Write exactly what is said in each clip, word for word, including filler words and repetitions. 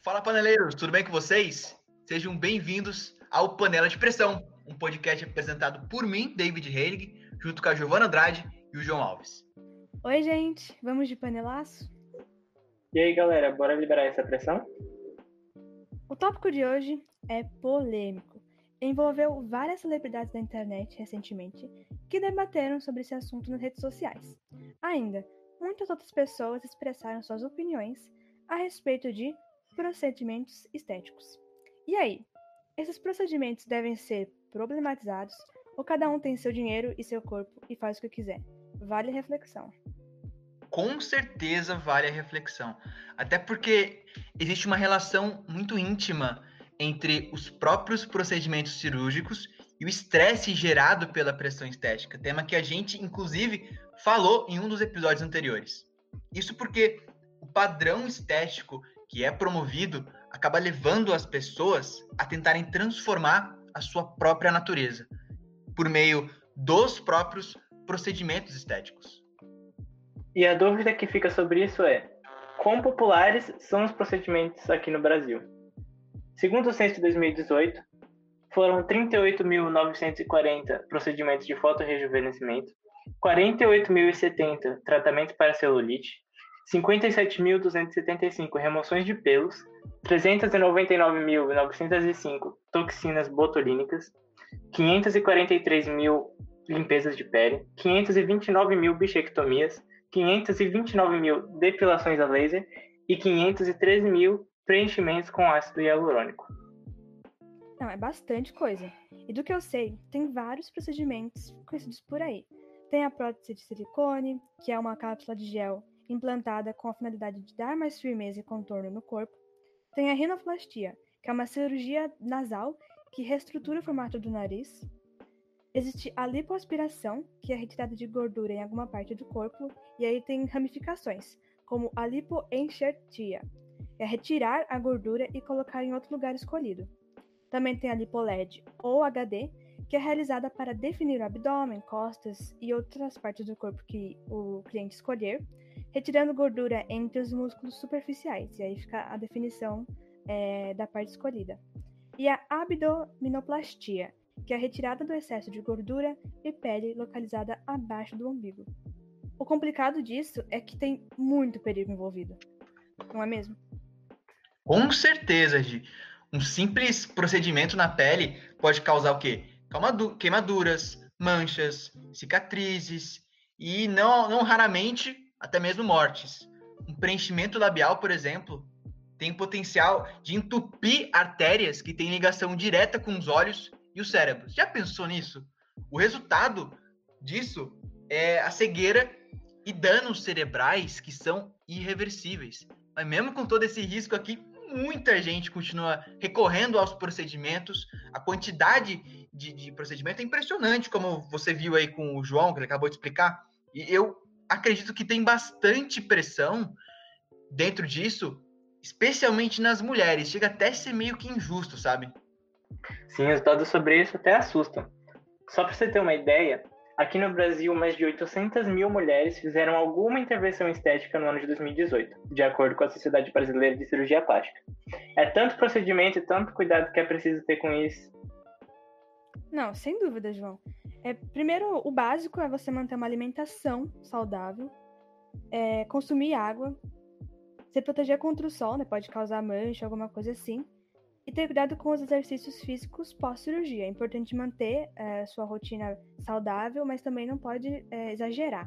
Fala, paneleiros, tudo bem com vocês? Sejam bem-vindos ao Panela de Pressão, um podcast apresentado por mim, David Heilig, junto com a Giovana Andrade e o João Alves. Oi, gente, vamos de panelaço? E aí, galera, bora liberar essa pressão? O tópico de hoje é polêmico. Envolveu várias celebridades da internet recentemente que debateram sobre esse assunto nas redes sociais. Ainda, muitas outras pessoas expressaram suas opiniões a respeito de procedimentos estéticos. E aí, esses procedimentos devem ser problematizados ou cada um tem seu dinheiro e seu corpo e faz o que quiser? Vale reflexão. Com certeza vale a reflexão. Até porque existe uma relação muito íntima entre os próprios procedimentos cirúrgicos e o estresse gerado pela pressão estética, tema que a gente, inclusive, falou em um dos episódios anteriores. Isso porque o padrão estético que é promovido acaba levando as pessoas a tentarem transformar a sua própria natureza por meio dos próprios procedimentos estéticos. E a dúvida que fica sobre isso é: quão populares são os procedimentos aqui no Brasil? Segundo o censo de dois mil e dezoito, foram trinta e oito mil novecentos e quarenta procedimentos de fotorrejuvenescimento, quarenta e oito mil e setenta tratamentos para celulite, cinquenta e sete mil duzentos e setenta e cinco remoções de pelos, trezentos e noventa e nove mil novecentos e cinco toxinas botulínicas, quinhentos e quarenta e três mil limpezas de pele, quinhentos e vinte e nove mil bichectomias, quinhentos e vinte e nove mil depilações a laser e quinhentos e treze mil preenchimentos com ácido hialurônico. Não, é bastante coisa. E do que eu sei, tem vários procedimentos conhecidos por aí. Tem a prótese de silicone, que é uma cápsula de gel implantada com a finalidade de dar mais firmeza e contorno no corpo. Tem a rinoplastia, que é uma cirurgia nasal que reestrutura o formato do nariz. Existe a lipoaspiração, que é a retirada de gordura em alguma parte do corpo, e aí tem ramificações, como a lipoenxertia, que é retirar a gordura e colocar em outro lugar escolhido. Também tem a lipoled, ou H D, que é realizada para definir o abdômen, costas e outras partes do corpo que o cliente escolher, retirando gordura entre os músculos superficiais, e aí fica a definição é, da parte escolhida. E a abdominoplastia, que é a retirada do excesso de gordura e pele localizada abaixo do umbigo. O complicado disso é que tem muito perigo envolvido, não é mesmo? Com certeza, Gi. Um simples procedimento na pele pode causar o quê? Queimaduras, manchas, cicatrizes e, não, não raramente, até mesmo mortes. Um preenchimento labial, por exemplo, tem o potencial de entupir artérias que têm ligação direta com os olhos e o cérebro. Já pensou nisso? O resultado disso é a cegueira e danos cerebrais que são irreversíveis. Mas mesmo com todo esse risco aqui, muita gente continua recorrendo aos procedimentos. A quantidade de, de procedimento é impressionante, como você viu aí com o João, que ele acabou de explicar. E eu acredito que tem bastante pressão dentro disso, especialmente nas mulheres. Chega até a ser meio que injusto, sabe? Sim, os dados sobre isso até assustam. Só para você ter uma ideia, aqui no Brasil, mais de oitocentas mil mulheres fizeram alguma intervenção estética no ano de dois mil e dezoito, de acordo com a Sociedade Brasileira de Cirurgia Plástica. É tanto procedimento e tanto cuidado que é preciso ter com isso. Não, sem dúvida, João. É, primeiro, o básico é você manter uma alimentação saudável, é, consumir água, se proteger contra o sol, né, pode causar mancha, alguma coisa assim, e ter cuidado com os exercícios físicos pós-cirurgia. É importante manter é, sua rotina saudável, mas também não pode é, exagerar.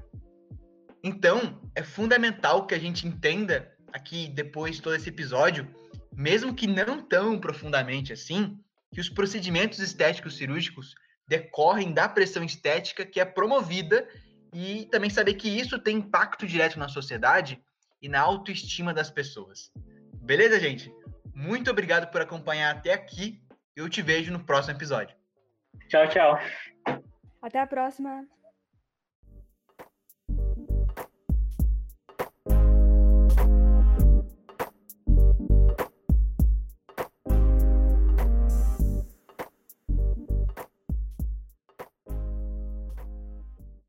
Então, é fundamental que a gente entenda aqui, depois de todo esse episódio, mesmo que não tão profundamente assim, que os procedimentos estéticos cirúrgicos decorrem da pressão estética que é promovida e também saber que isso tem impacto direto na sociedade e na autoestima das pessoas. Beleza, gente? Muito obrigado por acompanhar até aqui. Eu te vejo no próximo episódio. Tchau, tchau. Até a próxima!